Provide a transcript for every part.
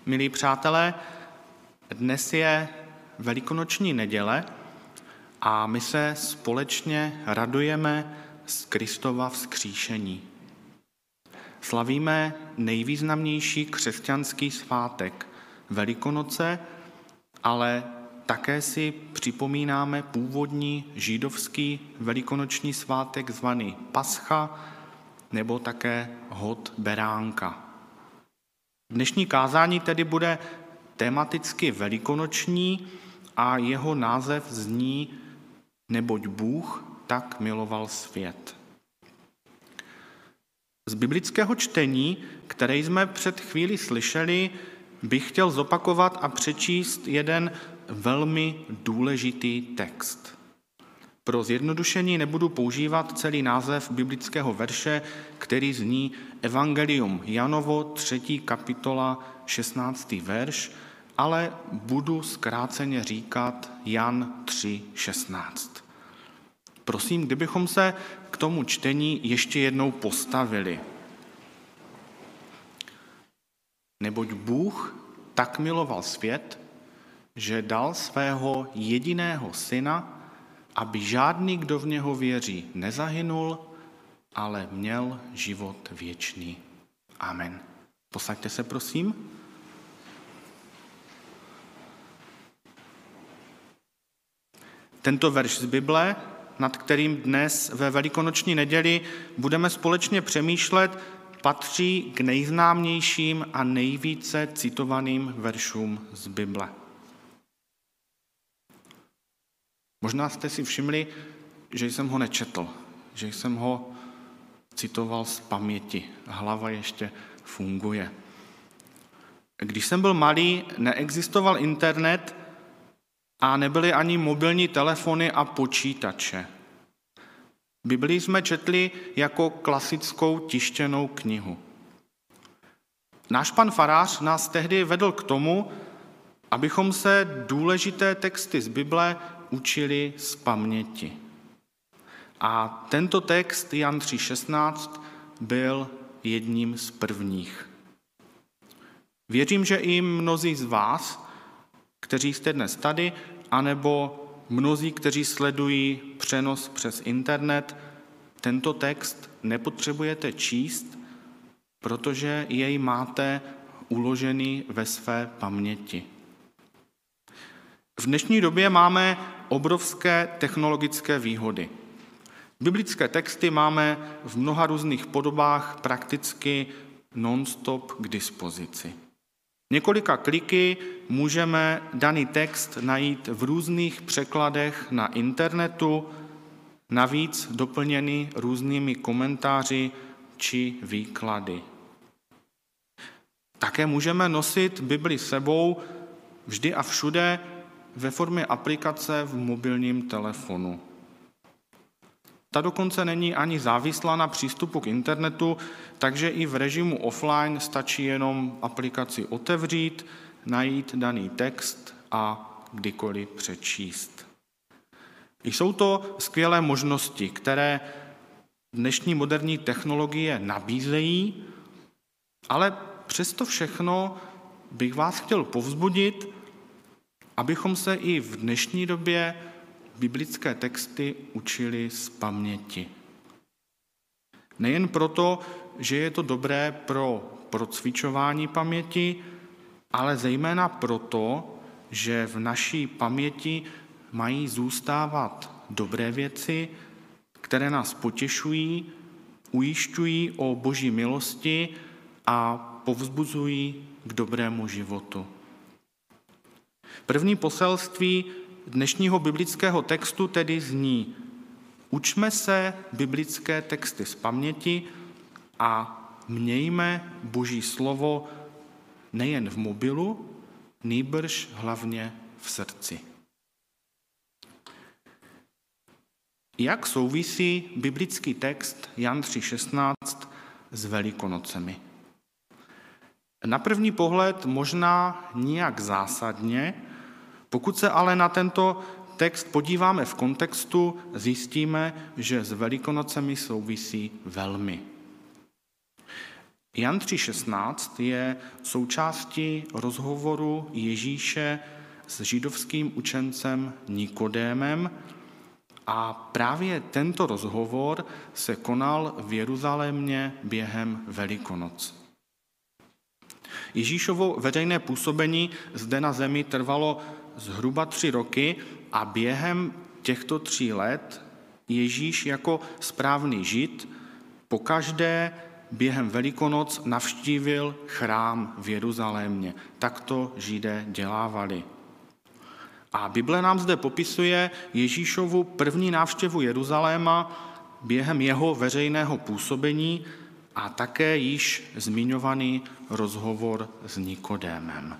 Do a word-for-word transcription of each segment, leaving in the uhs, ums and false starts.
Milí přátelé, dnes je Velikonoční neděle a my se společně radujeme z Kristova vzkříšení. Slavíme nejvýznamnější křesťanský svátek Velikonoce, ale také si připomínáme původní židovský velikonoční svátek zvaný Pascha nebo také hod beránka. Dnešní kázání tedy bude tematicky velikonoční a jeho název zní Neboť Bůh tak miloval svět. Z biblického čtení, které jsme před chvílí slyšeli, bych chtěl zopakovat a přečíst jeden velmi důležitý text. Pro zjednodušení nebudu používat celý název biblického verše, který zní Evangelium Janovo, třetí kapitola, šestnáctý verš, ale budu zkráceně říkat Jan tři šestnáct. Prosím, kdybychom se k tomu čtení ještě jednou postavili. Neboť Bůh tak miloval svět, že dal svého jediného syna, aby žádný, kdo v něho věří, nezahynul, ale měl život věčný. Amen. Posaďte se, prosím. Tento verš z Bible, nad kterým dnes ve Velikonoční neděli budeme společně přemýšlet, patří k nejznámějším a nejvíce citovaným veršům z Bible. Možná jste si všimli, že jsem ho nečetl, že jsem ho citoval z paměti. Hlava ještě funguje. Když jsem byl malý, neexistoval internet a nebyly ani mobilní telefony a počítače. Bibli jsme četli jako klasickou tištěnou knihu. Náš pan farář nás tehdy vedl k tomu, abychom se důležité texty z Bible učili z paměti. A tento text, Jan tři šestnáct, byl jedním z prvních. Věřím, že i mnozí z vás, kteří jste dnes tady, anebo mnozí, kteří sledují přenos přes internet, tento text nepotřebujete číst, protože jej máte uložený ve své paměti. V dnešní době máme obrovské technologické výhody. Biblické texty máme v mnoha různých podobách prakticky non-stop k dispozici. Několika kliky můžeme daný text najít v různých překladech na internetu, navíc doplněný různými komentáři či výklady. Také můžeme nosit Bibli sebou vždy a všude ve formě aplikace v mobilním telefonu. Ta dokonce není ani závislá na přístupu k internetu, takže i v režimu offline stačí jenom aplikaci otevřít, najít daný text a kdykoliv přečíst. Jsou to skvělé možnosti, které dnešní moderní technologie nabízejí, ale přesto všechno bych vás chtěl povzbudit, abychom se i v dnešní době biblické texty učili z paměti. Nejen proto, že je to dobré pro procvičování paměti, ale zejména proto, že v naší paměti mají zůstávat dobré věci, které nás potěšují, ujišťují o Boží milosti a povzbuzují k dobrému životu. První poselství dnešního biblického textu tedy zní: učme se biblické texty z paměti a mějme Boží slovo nejen v mobilu, nýbrž hlavně v srdci. Jak souvisí biblický text Jan tři šestnáct s Velikonocemi? Na první pohled možná nijak zásadně, pokud se ale na tento text podíváme v kontextu, zjistíme, že s Velikonocemi souvisí velmi. Jan tři šestnáct je součástí rozhovoru Ježíše s židovským učencem Nikodémem a právě tento rozhovor se konal v Jeruzalémě během Velikonoc. Ježíšovo veřejné působení zde na zemi trvalo zhruba tři roky a během těchto tří let Ježíš jako správný žid pokaždé během Velikonoc navštívil chrám v Jeruzalémě. Tak to Židé dělávali. A Bible nám zde popisuje Ježíšovu první návštěvu Jeruzaléma během jeho veřejného působení a také již zmiňovaný rozhovor s Nikodémem.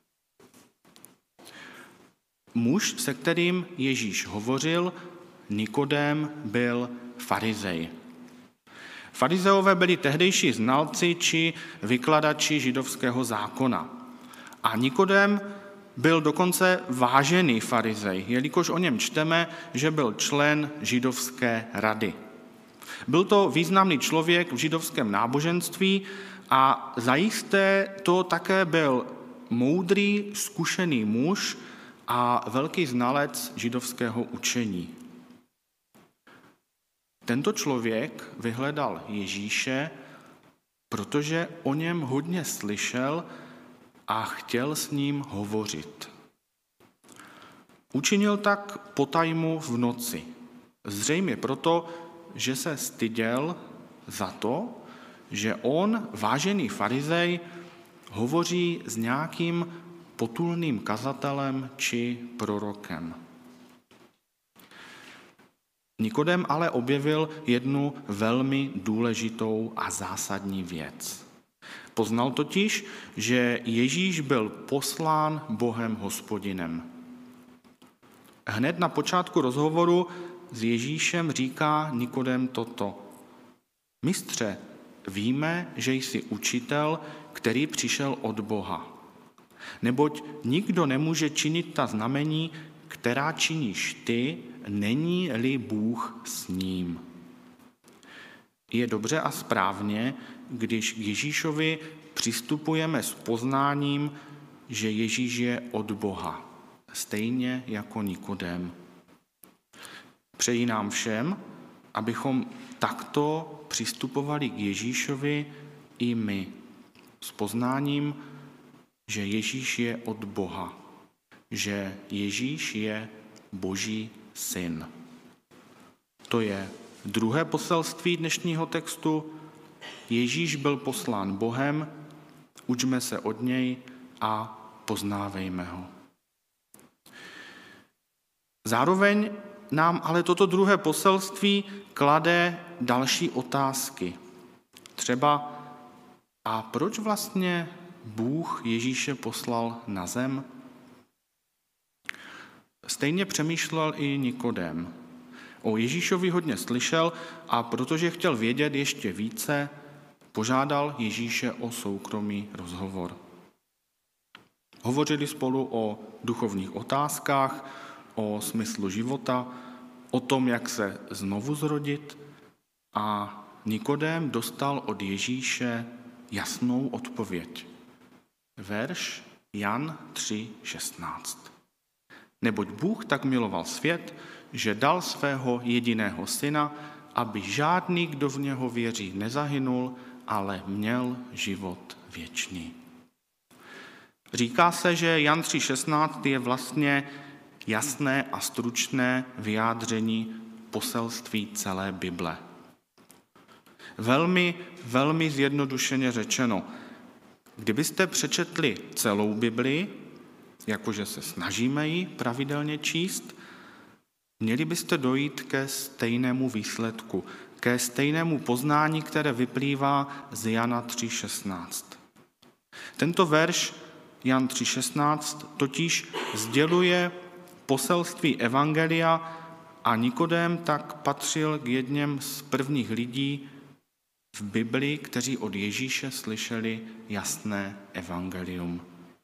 Muž, se kterým Ježíš hovořil, Nikodém, byl farizej. Farizeové byli tehdejší znalci či vykladači židovského zákona. A Nikodém byl dokonce vážený farizej, jelikož o něm čteme, že byl člen židovské rady. Byl to významný člověk v židovském náboženství a zajisté to také byl moudrý, zkušený muž a velký znalec židovského učení. Tento člověk vyhledal Ježíše, protože o něm hodně slyšel a chtěl s ním hovořit. Učinil tak potajmu v noci. Zřejmě proto, že se styděl za to, že on, vážený farizej, hovoří s nějakým potulným kazatelem či prorokem. Nikodém ale objevil jednu velmi důležitou a zásadní věc. Poznal totiž, že Ježíš byl poslán Bohem Hospodinem. Hned na počátku rozhovoru s Ježíšem říká Nikodém toto. Mistře, víme, že jsi učitel, který přišel od Boha. Neboť nikdo nemůže činit ta znamení, která činíš ty, není-li Bůh s ním. Je dobře a správně, když k Ježíšovi přistupujeme s poznáním, že Ježíš je od Boha, stejně jako Nikodém. Přeji nám všem, abychom takto přistupovali k Ježíšovi i my, s poznáním, že Ježíš je od Boha, že Ježíš je Boží syn. To je druhé poselství dnešního textu. Ježíš byl poslán Bohem, učme se od něj a poznávejme ho. Zároveň nám ale toto druhé poselství klade další otázky. Třeba, a proč vlastně Bůh Ježíše poslal na zem? Stejně přemýšlel i Nikodém. O Ježíšovi hodně slyšel a protože chtěl vědět ještě více, požádal Ježíše o soukromý rozhovor. Hovořili spolu o duchovních otázkách, o smyslu života, o tom, jak se znovu zrodit a Nikodém dostal od Ježíše jasnou odpověď. Verš Jan tři šestnáct. Neboť Bůh tak miloval svět, že dal svého jediného syna, aby žádný, kdo v něho věří, nezahynul, ale měl život věčný. Říká se, že Jan tři šestnáct je vlastně jasné a stručné vyjádření poselství celé Bible. Velmi, velmi zjednodušeně řečeno, kdybyste přečetli celou Bibli, jakože se snažíme ji pravidelně číst, měli byste dojít ke stejnému výsledku, ke stejnému poznání, které vyplývá z Jana tři šestnáct. Tento verš Jan tři šestnáct totiž sděluje poselství evangelia a Nikodém tak patřil k jedněm z prvních lidí v Bibli, kteří od Ježíše slyšeli jasné evangelium.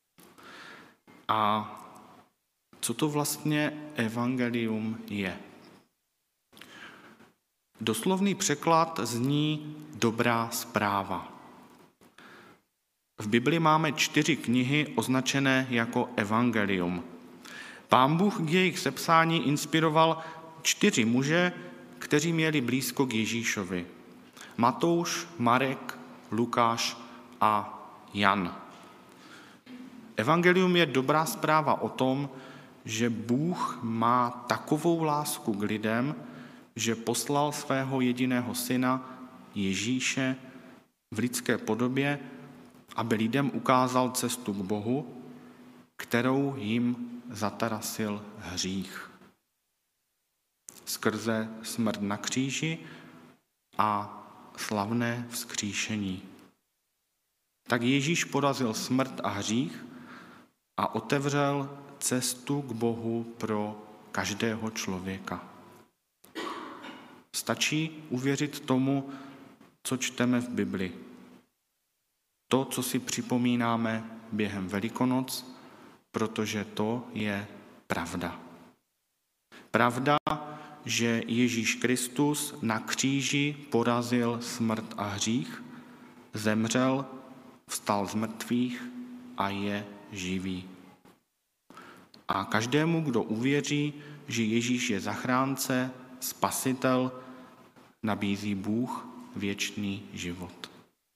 A co to vlastně evangelium je? Doslovný překlad zní dobrá zpráva. V Bibli máme čtyři knihy označené jako evangelium. Pán Bůh k jejich sepsání inspiroval čtyři muže, kteří měli blízko k Ježíšovi. Matouš, Marek, Lukáš a Jan. Evangelium je dobrá zpráva o tom, že Bůh má takovou lásku k lidem, že poslal svého jediného syna Ježíše v lidské podobě, aby lidem ukázal cestu k Bohu, kterou jim zatarasil hřích. Skrze smrt na kříži a slavné vzkříšení. Tak Ježíš porazil smrt a hřích a otevřel cestu k Bohu pro každého člověka. Stačí uvěřit tomu, co čteme v Bibli. To, co si připomínáme během Velikonoc, protože to je pravda. Pravda, že Ježíš Kristus na kříži porazil smrt a hřích, zemřel, vstal z mrtvých a je živý. A každému, kdo uvěří, že Ježíš je zachránce, spasitel, nabízí Bůh věčný život.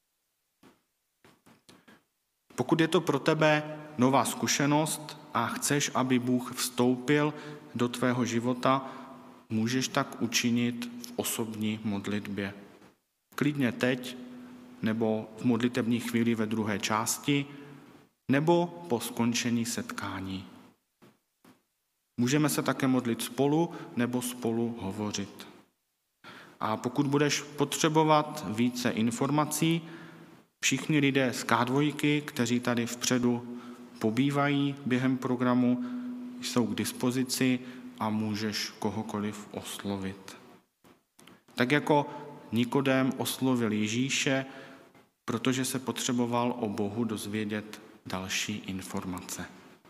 Pokud je to pro tebe nová zkušenost a chceš, aby Bůh vstoupil do tvého života, můžeš tak učinit v osobní modlitbě. Klidně teď, nebo v modlitební chvíli ve druhé části, nebo po skončení setkání. Můžeme se také modlit spolu nebo spolu hovořit. A pokud budeš potřebovat více informací, všichni lidé z K dva, kteří tady vpředu pobývají během programu, jsou k dispozici a můžeš kohokoliv oslovit. Tak jako Nikodém oslovil Ježíše, protože se potřeboval o Bohu dozvědět další informace.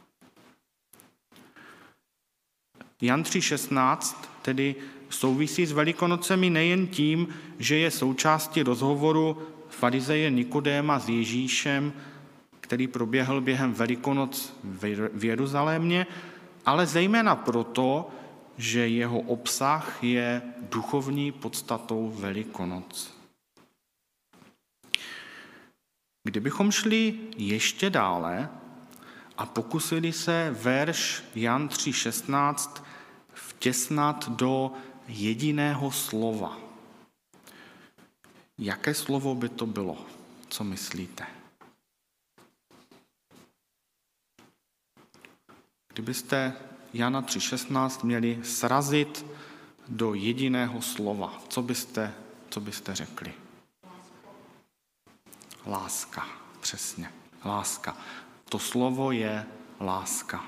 Jan tři šestnáct tedy souvisí s Velikonocemi nejen tím, že je součástí rozhovoru farizeje Nikodéma s Ježíšem, který proběhl během Velikonoc v Jeruzalémě, ale zejména proto, že jeho obsah je duchovní podstatou Velikonoc. Kdybychom šli ještě dále a pokusili se verš Jan tři šestnáct vtěsnat do jediného slova, jaké slovo by to bylo? Co myslíte? Kdybyste Jana tři šestnáct měli srazit do jediného slova, co byste, co byste řekli? Láska, přesně, láska. To slovo je láska.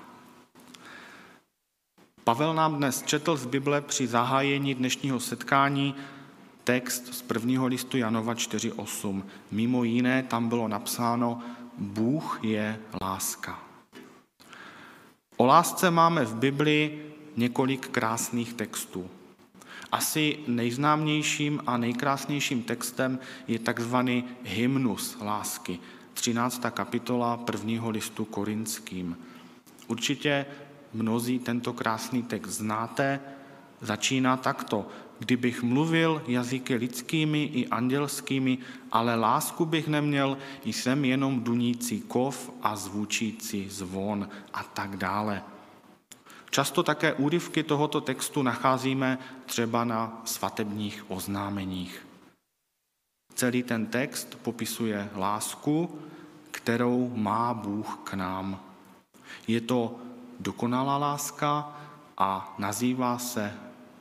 Pavel nám dnes četl z Bible při zahájení dnešního setkání text z prvního listu Janova čtyři osm. Mimo jiné tam bylo napsáno: Bůh je láska. O lásce máme v Bibli několik krásných textů. Asi nejznámějším a nejkrásnějším textem je takzvaný hymnus lásky, třináctá kapitola prvního listu Korinským. Určitě mnozí tento krásný text znáte, začíná takto: Kdybych mluvil jazyky lidskými i andělskými, ale lásku bych neměl, jsem jenom dunící kov a zvučící zvon a tak dále. Často také úryvky tohoto textu nacházíme třeba na svatebních oznámeních. Celý ten text popisuje lásku, kterou má Bůh k nám. Je to dokonalá láska a nazývá se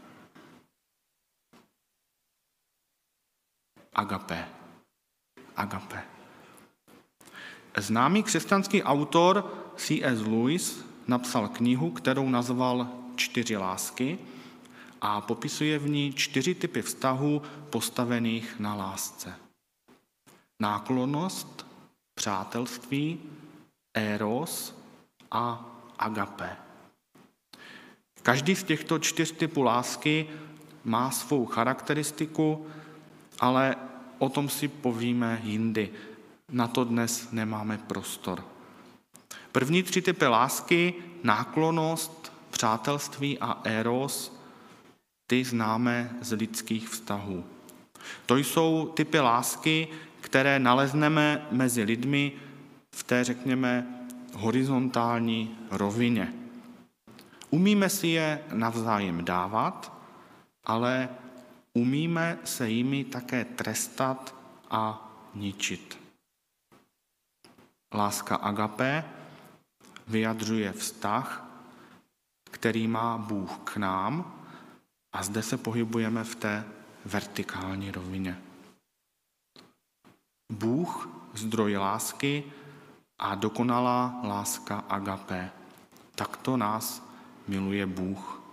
Agape. Agape. Známý křesťanský autor C S Lewis napsal knihu, kterou nazval Čtyři lásky a popisuje v ní čtyři typy vztahů postavených na lásce. Náklonnost, přátelství, eros a agape. Každý z těchto čtyř typů lásky má svou charakteristiku, ale o tom si povíme jindy. na to dnes nemáme prostor. První tři typy lásky, náklonnost, přátelství a eros, ty známe z lidských vztahů. To jsou typy lásky, které nalezneme mezi lidmi v té, řekněme, horizontální rovině. Umíme si je navzájem dávat, ale umíme se jimi také trestat a ničit. Láska agapé vyjadřuje vztah, který má Bůh k nám, a zde se pohybujeme v té vertikální rovině. Bůh, zdroj lásky a dokonalá láska agapé. Takto nás miluje Bůh.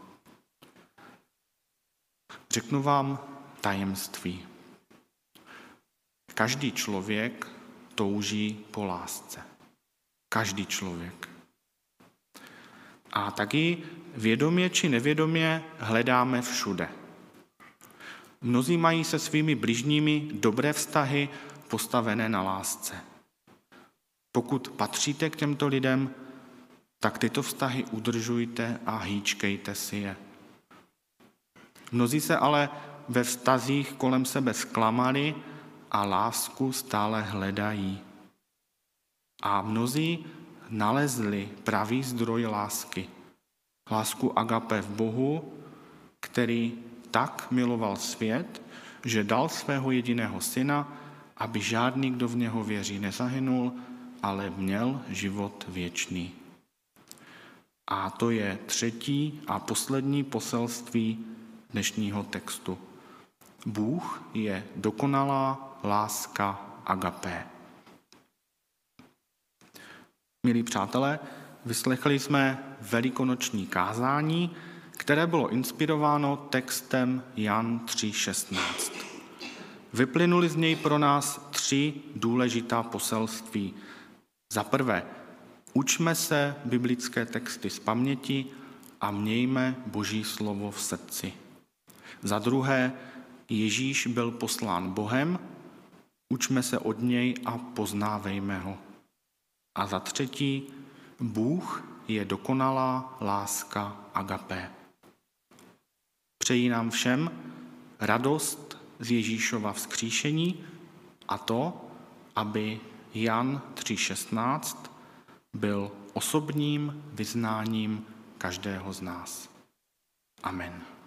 Řeknu vám tajemství. Každý člověk touží po lásce. Každý člověk. A taky vědomě či nevědomě hledáme všude. Mnozí mají se svými bližními dobré vztahy postavené na lásce. Pokud patříte k těmto lidem, tak tyto vztahy udržujte a hýčkejte si je. Mnozí se ale ve vztazích kolem sebe zklamali a lásku stále hledají. A mnozí nalezli pravý zdroj lásky. Lásku agapé v Bohu, který tak miloval svět, že dal svého jediného syna, aby žádný, kdo v něho věří, nezahynul, ale měl život věčný. A to je třetí a poslední poselství dnešního textu. Bůh je dokonalá láska agapé. Milí přátelé, vyslechli jsme velikonoční kázání, které bylo inspirováno textem Jan tři šestnáct. Vyplynuly z něj pro nás tři důležitá poselství. Za prvé, učme se biblické texty z paměti a mějme Boží slovo v srdci. Za druhé, Ježíš byl poslán Bohem, učme se od něj a poznávejme ho. A za třetí, Bůh je dokonalá láska agapé. Přeji nám všem radost z Ježíšova vzkříšení a to, aby Jan tři šestnáct byl osobním vyznáním každého z nás. Amen.